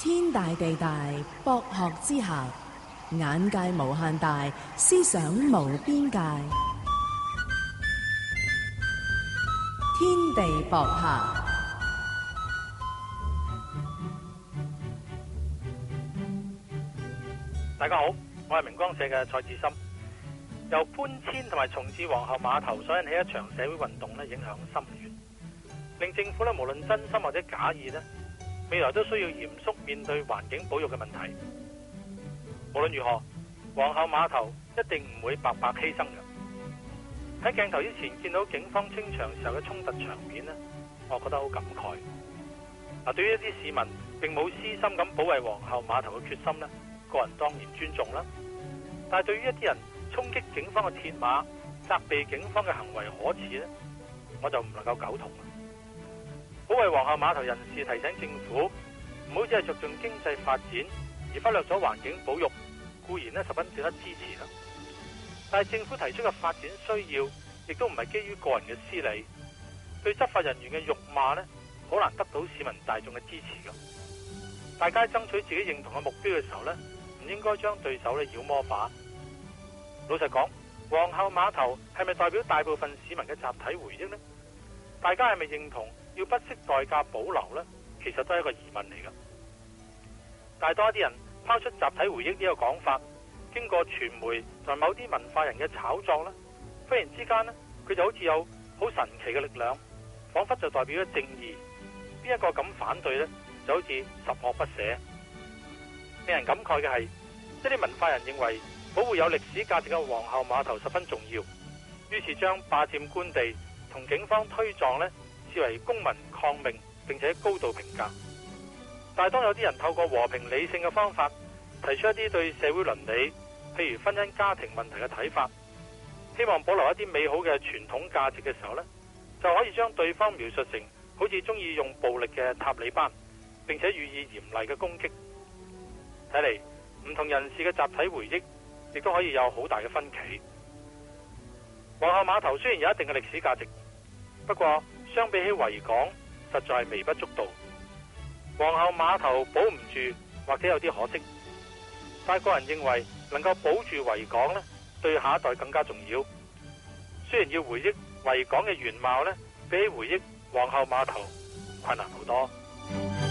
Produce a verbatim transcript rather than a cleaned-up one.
天大地大，博學之下，眼界無限大，思想無邊界。天地博客。 大家好，我係明光社嘅蔡志深。由搬遷同埋重置皇后碼頭所引起一場社會運動咧，影響深遠，令政府咧無論真心或者假意咧，未來都需要嚴肅面對環境保育嘅問題。無論如何，皇后碼頭一定唔會白白犧牲嘅。喺鏡頭之前見到警方清場時候嘅衝突場面咧，我覺得好感慨。嗱，對於一啲市民並冇私心咁保衛皇后碼頭嘅決心咧，個人當然尊重啦。但係對於一啲人衝擊警方嘅鐵馬，責備警方嘅行為可恥呢，我就唔能夠苟同啦。保衛皇后碼頭人士提醒政府，唔好只係着重經濟發展，而忽略咗環境保育，固然呢十分值得支持啦。但係政府提出嘅發展需要，亦都唔係基於個人嘅私利，對執法人員嘅辱罵呢，好難得到市民大眾嘅支持噶。大家爭取自己認同嘅目標嘅時候呢，唔應該將對手咧妖魔化。老實講，皇后碼頭係咪代表大部分市民嘅集體回憶呢？大家係咪認同要不惜代價保留呢？其實都係一個疑問嚟噶。但係當一啲人拋出集體回憶呢個講法，經過傳媒同某啲文化人嘅炒作呢，忽然之間呢，佢就好似有好神奇嘅力量，仿佛就代表咗正義。邊一個敢反對呢？就好似十惡不赦。令人感慨嘅係，一啲文化人認為保護有歷史價值嘅皇后碼頭十分重要，於是將霸佔官地同警方推撞呢視為公民抗命，並且高度評價。但係當有啲人透過和平理性嘅方法提出一啲對社會倫理，譬如婚姻家庭問題嘅睇法，希望保留一啲美好嘅傳統價值嘅時候呢，就可以將對方描述成好似中意用暴力嘅塔利班，並且予以嚴厲嘅攻擊。睇嚟唔同人士嘅集體回憶亦都可以有好大嘅分歧。皇后碼頭雖然有一定嘅歷史價值，不過相比起維港實在係微不足道。皇后碼頭保唔住或者有啲可惜，但個人認為能夠保住維港呢，對下一代更加重要。雖然要回憶維港嘅原貌呢，比起回憶皇后碼頭困難好多。